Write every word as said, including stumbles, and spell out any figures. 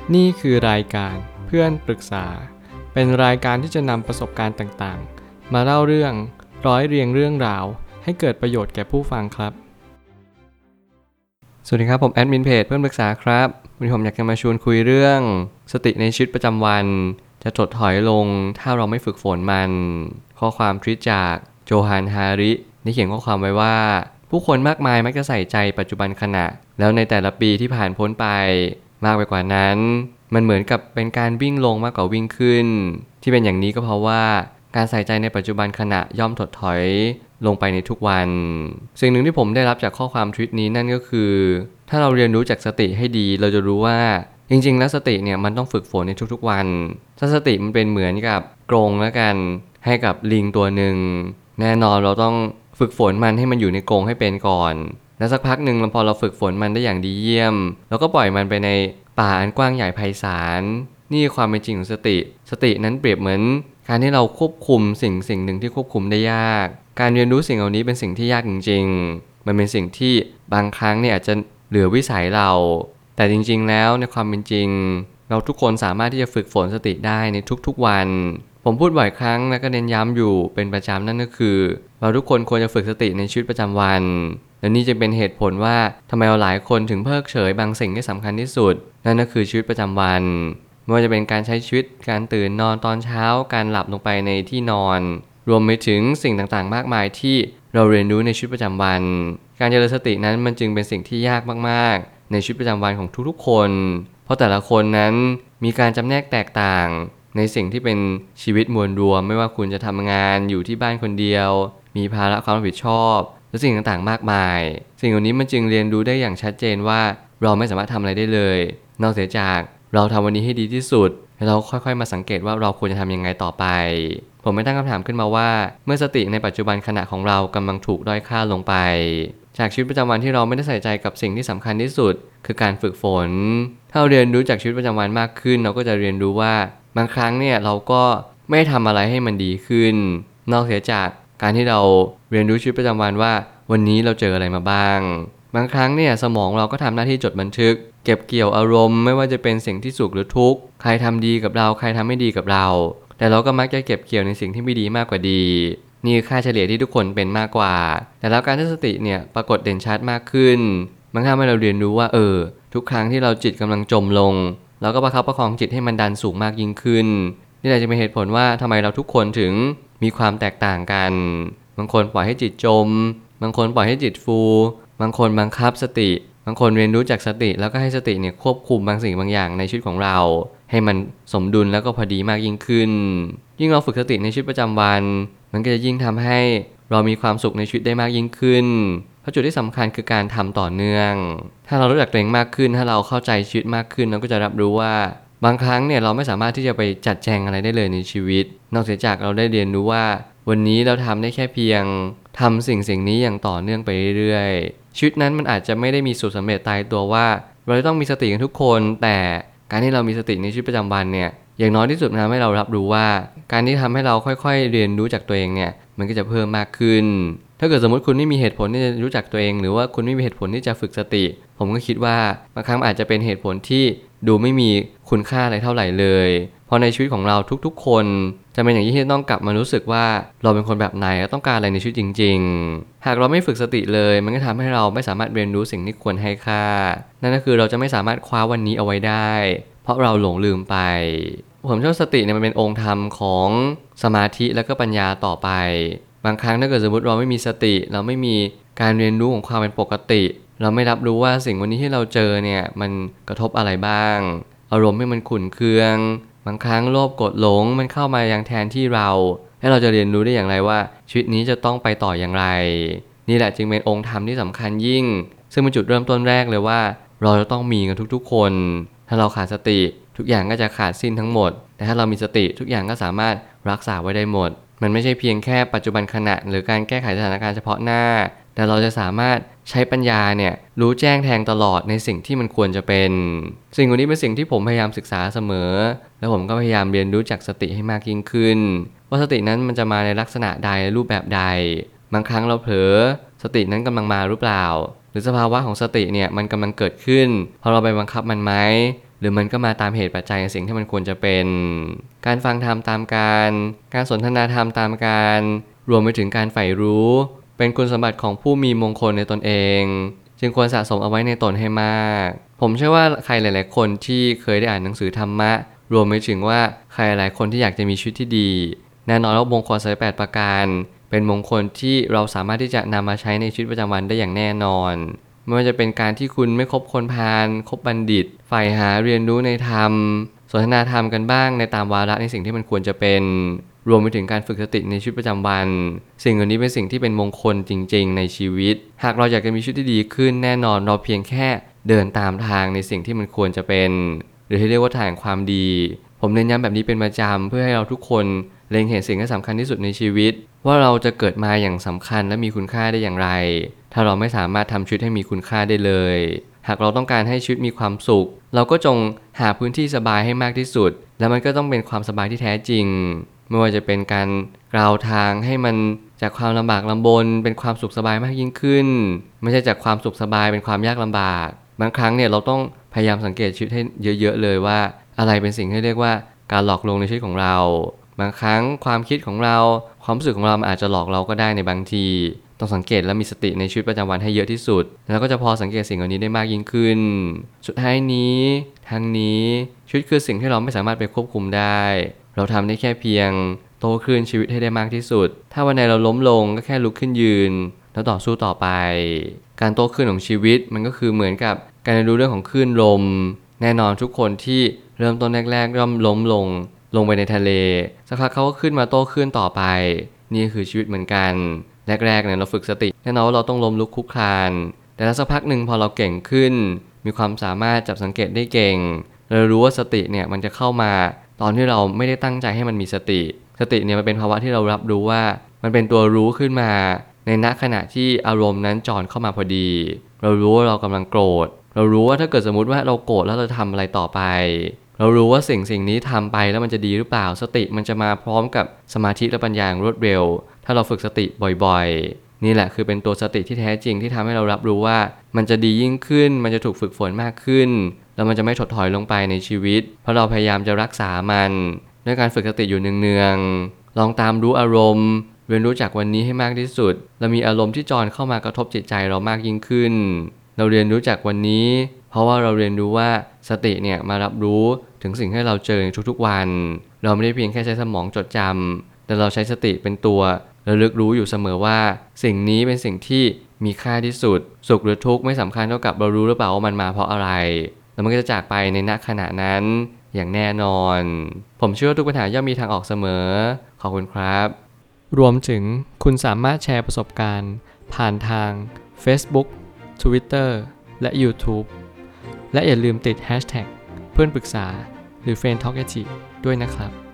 นี่คือรายการเพื่อนปรึกษาเป็นรายการที่จะนำประสบการณ์ต่างๆมาเล่าเรื่องร้อยเรียงเรื่องราวให้เกิดประโยชน์แก่ผู้ฟังครับสวัสดีครับผมแอดมินเพจเพื่อนปรึกษาครับวันนี้ผมอยากจะมาชวนคุยเรื่องสติในชีวิตประจำวันจะถดถอยลงถ้าเราไม่ฝึกฝนมันข้อความทวิตจากโจฮันฮาริได้เขียนข้อความไว้ว่าผู้คนมากมายมักจะใส่ใจปัจจุบันขณะแล้วในแต่ละปีที่ผ่านพ้นไปมากไปกว่านั้นมันเหมือนกับเป็นการวิ่งลงมากกว่าวิ่งขึ้นที่เป็นอย่างนี้ก็เพราะว่าการใส่ใจในปัจจุบันขณะย่อมถดถอยลงไปในทุกวันสิ่งหนึ่งที่ผมได้รับจากข้อความทวิตนี้นั่นก็คือถ้าเราเรียนรู้จากสติให้ดีเราจะรู้ว่าจริงๆแล้วสติเนี่ยมันต้องฝึกฝนในทุกๆวันถ้าสติมันเป็นเหมือนกับกรงแล้วกันให้กับลิงตัวหนึ่งแน่นอนเราต้องฝึกฝนมันให้มันอยู่ในกรงให้เป็นก่อนแล้วสักพักหนึ่งพอเราฝึกฝนมันได้อย่างดีเยี่ยมเราก็ปล่อยมันไปในป่าอันกว้างใหญ่ไพศาลนี่ความเป็นจริงของสติสตินั้นเปรียบเหมือนการที่เราควบคุมสิ่งสิ่งหนึ่งที่ควบคุมได้ยากการเรียนรู้สิ่งเหล่านี้เป็นสิ่งที่ยากจริงๆมันเป็นสิ่งที่บางครั้งเนี่ยอาจจะเหลือวิสัยเราแต่จริงๆแล้วในความเป็นจริงเราทุกคนสามารถที่จะฝึกฝนสติได้ในทุกๆวันผมพูดบ่อยครั้งและก็เน้นย้ำอยู่เป็นประจำนั่นก็คือเราทุกคนควรจะฝึกสติในชีวิตประจำวันและนี่จะเป็นเหตุผลว่าทำไมเราหลายคนถึงเพิกเฉยบางสิ่งที่สำคัญที่สุดนั่นก็คือชีวิตประจำวันไม่ว่าจะเป็นการใช้ชีวิตการตื่นนอนตอนเช้าการหลับลงไปในที่นอนรวมไปถึงสิ่งต่างๆมากมายที่เราเรียนรู้ในชีวิตประจำวันการเจริญสตินั้นมันจึงเป็นสิ่งที่ยากมากๆในชีวิตประจำวันของทุกๆคนเพราะแต่ละคนนั้นมีการจำแนกแตกต่างในสิ่งที่เป็นชีวิตมวลรวมไม่ว่าคุณจะทำงานอยู่ที่บ้านคนเดียวมีภาระความรับผิดชอบและสิ่งต่างๆมากมายสิ่งเหล่านี้มันจึงเรียนรู้ได้อย่างชัดเจนว่าเราไม่สามารถทำอะไรได้เลยนอกจากเราทำวันนี้ให้ดีที่สุดแล้วเราค่อยๆมาสังเกตว่าเราควรจะทำยังไงต่อไปผมไม่ตั้งคำถามขึ้นมาว่าเมื่อสติในปัจจุบันขณะของเรากำลังถูกด้อยค่าลงไปจากชีวิตประจำวันที่เราไม่ได้ใส่ใจกับสิ่งที่สำคัญที่สุดคือการฝึกฝนถ้าเราเรียนรู้จากชีวิตประจำวันมากขึ้นเราก็จะเรียนรู้ว่าบางครั้งเนี่ยเราก็ไม่ทำอะไรให้มันดีขึ้นนอกจากการที่เราเรียนรู้ชีวิตประจำวันว่าวันนี้เราเจออะไรมาบ้างบางครั้งเนี่ยสมองเราก็ทำหน้าที่จดบันทึกเก็บเกี่ยวอารมณ์ไม่ว่าจะเป็นสิ่งที่สุขหรือทุกข์ใครทำดีกับเราใครทำไม่ดีกับเราแต่เราก็มักจะเก็บเกี่ยวในสิ่งที่ไม่ดีมากกว่าดีนี่คือค่าเฉลี่ยที่ทุกคนเป็นมากกว่าแต่แล้วการที่สติเนี่ยปรากฏเด่นชัดมากขึ้นมันทำให้เราเรียนรู้ว่าเออทุกครั้งที่เราจิตกำลังจมลงเราก็ประคับประคองจิตให้มันดันสูงมากยิ่งขึ้นนี่แหละจะเป็นเหตุผลว่าทำไมเราทุกคนถึงมีความแตกต่างกันบางคนปล่อยให้จิตจมบางคนปล่อยให้จิตฟูบางคนบังคับสติบางคนเรียนรู้จากสติแล้วก็ให้สติเนี่ยควบคุมบางสิ่งบางอย่างในชีวิตของเราให้มันสมดุลแล้วก็พอดีมากยิ่งขึ้นยิ่งเราฝึกสติในชีวิตประจำวันมันก็จะยิ่งทำให้เรามีความสุขในชีวิตได้มากยิ่งขึ้นเพราะจุดที่สำคัญคือการทำต่อเนื่องถ้าเรารู้จักตัวเองมากขึ้นถ้าเราเข้าใจชีวิตมากขึ้นเราก็จะรับรู้ว่าบางครั้งเนี่ยเราไม่สามารถที่จะไปจัดแจงอะไรได้เลยในชีวิตนอกจากเราได้เรียนรู้ว่าวันนี้เราทำได้แค่เพียงทำสิ่งสิ่งนี้อย่างต่อเนื่องไปเรื่อยๆชีวิตนั้นมันอาจจะไม่ได้มีสูตรสำเร็จตายตัวว่าเราต้องมีสติกันทุกคนแต่การที่เรามีสติในชีวิตประจำวันเนี่ยอย่างน้อยที่สุดทำให้เรารับรู้ว่าการที่ทำให้เราค่อยๆเรียนรู้จากตัวเองเนี่ยมันก็จะเพิ่มมากขึ้นถ้าเกิดสมมติคุณไม่มีเหตุผลที่จะรู้จักตัวเองหรือว่าคุณไม่มีเหตุผลที่จะฝึกสติผมก็คิดว่าบางครั้งอาจจะเป็นเหตุผลที่ดูไม่มีคุณค่าอะไรเท่าไหร่เลยเพราะในชีวิตของเราทุกๆคนจะเป็นอย่างที่ต้องกลับมารู้สึกว่าเราเป็นคนแบบไหนและต้องการอะไรในชีวิตจริงๆหากเราไม่ฝึกสติเลยมันก็ทำให้เราไม่สามารถเรียนรู้สิ่งที่ควรให้ค่านั่นก็คือเราจะไม่สามารถคว้าวันนี้เอาไว้ได้เพราะเราหลงลืมไปผมเชื่อสติเนี่ยมันเป็นองค์ธรรมของสมาธิและก็ปัญญาต่อไปบางครั้งถ้าเกิดสมมติเราไม่มีสติเราไม่มีการเรียนรู้ของความเป็นปกติเราไม่รับรู้ว่าสิ่งวันนี้ที่เราเจอเนี่ยมันกระทบอะไรบ้างอารมณ์ที่มันขุ่นเคืองบางครั้งโลภโกรธหลงมันเข้ามายังแทนที่เราให้เราจะเรียนรู้ได้อย่างไรว่าชีวิตนี้จะต้องไปต่ออย่างไรนี่แหละจึงเป็นองค์ธรรมที่สำคัญยิ่งซึ่งเป็นจุดเริ่มต้นแรกเลยว่าเราจะต้องมีกันทุกๆคนถ้าเราขาดสติทุกอย่างก็จะขาดสิ้นทั้งหมดแต่ถ้าเรามีสติทุกอย่างก็สามารถรักษาไว้ได้หมดมันไม่ใช่เพียงแค่ปัจจุบันขณะหรือการแก้ไขสถานการณ์เฉพาะหน้าแต่เราจะสามารถใช้ปัญญาเนี่ยรู้แจ้งแทงตลอดในสิ่งที่มันควรจะเป็นสิ่งเหล่านี้เป็นสิ่งที่ผมพยายามศึกษาเสมอแล้วผมก็พยายามเรียนรู้จากสติให้มากยิ่งขึ้นว่าสตินั้นมันจะมาในลักษณะใดรูปแบบใดบางครั้งเราเผลอสตินั้นกำลังมาหรือเปล่าหรือสภาวะของสติเนี่ยมันกำลังเกิดขึ้นพอเราไปบังคับมันไหมหรือมันก็มาตามเหตุปัจจัยในสิ่งที่มันควรจะเป็นการฟังธรรมตามการการสนทนาธรรมตามการรวมไปถึงการใฝ่รู้เป็นคุณสมบัติของผู้มีมงคลในตนเองจึงควรสะสมเอาไว้ในตนให้มากผมเชื่อว่าใครหลายๆคนที่เคยได้อ่านหนังสือธรรมะรวมไปถึงว่าใครหลายคนที่อยากจะมีชีวิตที่ดีแน่นอนว่ามงคลสามสิบแปดประการเป็นมงคลที่เราสามารถที่จะนำมาใช้ในชีวิตประจำวันได้อย่างแน่นอนไม่ว่าจะเป็นการที่คุณไม่คบคนพาลคบบัณฑิตใฝ่หาเรียนรู้ในธรรมสนทนาธรรมกันบ้างในตามวาระในสิ่งที่มันควรจะเป็นรวมไปถึงการฝึกสติในชีวิตประจำวันสิ่งเหล่านี้เป็นสิ่งที่เป็นมงคลจริงๆในชีวิตหากเราอยากจะมีชีวิตที่ดีขึ้นแน่นอนเราเพียงแค่เดินตามทางในสิ่งที่มันควรจะเป็นหรือที่เรียกว่าทางความดีผมเน้นย้ำแบบนี้เป็นประจำเพื่อให้เราทุกคนเล็งเห็นสิ่งที่สำคัญที่สุดในชีวิตว่าเราจะเกิดมาอย่างสำคัญและมีคุณค่าได้อย่างไรถ้าเราไม่สามารถทำชีวิตให้มีคุณค่าได้เลยหากเราต้องการให้ชีวิตมีความสุขเราก็จงหาพื้นที่สบายให้มากที่สุดและมันก็ต้องเป็นความสบายที่แท้จริงไม่ว่าจะเป็นการกล่าวทางให้มันจากความลำบากลำบนเป็นความสุขสบายมากยิ่งขึ้นไม่ใช่จากความสุขสบายเป็นความยากลำบากบางครั้งเนี่ยเราต้องพยายามสังเกตชีวิตให้เยอะๆเลยว่าอะไรเป็นสิ่งที่เรียกว่าการหลอกลวงในชีวิตของเราบางครั้งความคิดของเราความรู้สึกของเราอาจจะหลอกเราก็ได้ในบางทีต้องสังเกตและมีสติในชีวิตประจำวันให้เยอะที่สุดแล้วก็จะพอสังเกตสิ่งเหล่านี้ได้มากยิ่งขึ้นสุดท้ายนี้ทั้งนี้ชีวิตคือสิ่งที่เราไม่สามารถไปควบคุมได้เราทำได้แค่เพียงโตขึ้นชีวิตให้ได้มากที่สุดถ้าวันใดเราล้มลงก็แค่ลุกขึ้นยืนแล้วต่อสู้ต่อไปการโตขึ้นของชีวิตมันก็คือเหมือนกับการเรียนรู้เรื่องของคลื่นลมแน่นอนทุกคนที่เริ่มต้นแรกๆย่อมล้มลงลงไปในทะเลสักพักเขาก็ขึ้นมาโตขึ้นต่อไปนี่คือชีวิตเหมือนกันแรกๆเนี่ยเราฝึกสติแน่นอนว่าเราต้องล้มลุกคลุกคลานแต่แล้วสักพักหนึ่งพอเราเก่งขึ้นมีความสามารถจับสังเกตได้เก่งเรารู้ว่าสติเนี่ยมันจะเข้ามาตอนที่เราไม่ได้ตั้งใจให้มันมีสติสติเนี่ยมันเป็นภาวะที่เรารับรู้ว่ามันเป็นตัวรู้ขึ้นมาในณขณะที่อารมณ์นั้นจรเข้ามาพอดีเรารู้ว่าเรากำลังโกรธเรารู้ว่าถ้าเกิดสมมุติว่าเราโกรธแล้วเราทำอะไรต่อไปเรารู้ว่าสิ่งสิ่งนี้ทำไปแล้วมันจะดีหรือเปล่าสติมันจะมาพร้อมกับสมาธิและปัญญารวดเร็วถ้าเราฝึกสติบ่อยๆนี่แหละคือเป็นตัวสติที่แท้จริงที่ทำให้เรารับรู้ว่ามันจะดียิ่งขึ้นมันจะถูกฝึกฝนมากขึ้นแล้วมันจะไม่ถดถอยลงไปในชีวิตเพราะเราพยายามจะรักษามันด้วยการฝึกสติอยู่เนืองๆลองตามรู้อารมณ์เรียนรู้จากวันนี้ให้มากที่สุดเรามีอารมณ์ที่จรเข้ามากระทบจิตใจเรามากยิ่งขึ้นเราเรียนรู้จากวันนี้เพราะว่าเราเรียนรู้ว่าสติเนี่ยมารับรู้ถึงสิ่งที่เราเจอในทุกๆวันเราไม่ได้เพียงแค่ใช้สมองจดจำแต่เราใช้สติเป็นตัวระลึกรู้อยู่เสมอว่าสิ่งนี้เป็นสิ่งที่มีค่าที่สุดสุขหรือทุกข์ไม่สำคัญเท่ากับเรารู้หรือเปล่าว่ามันมาเพราะอะไรแล้วมันก็จะจากไปในณขณะนั้นอย่างแน่นอนผมเชื่อว่าทุกปัญหาย่อมมีทางออกเสมอขอบคุณครับรวมถึงคุณสามารถแชร์ประสบการณ์ผ่านทาง Facebook Twitter และ YouTube และอย่าลืมติด แฮชแท็ก เพื่อนปรึกษาหรือ เฟรนด์ ทอล์ก ด้วยนะครับ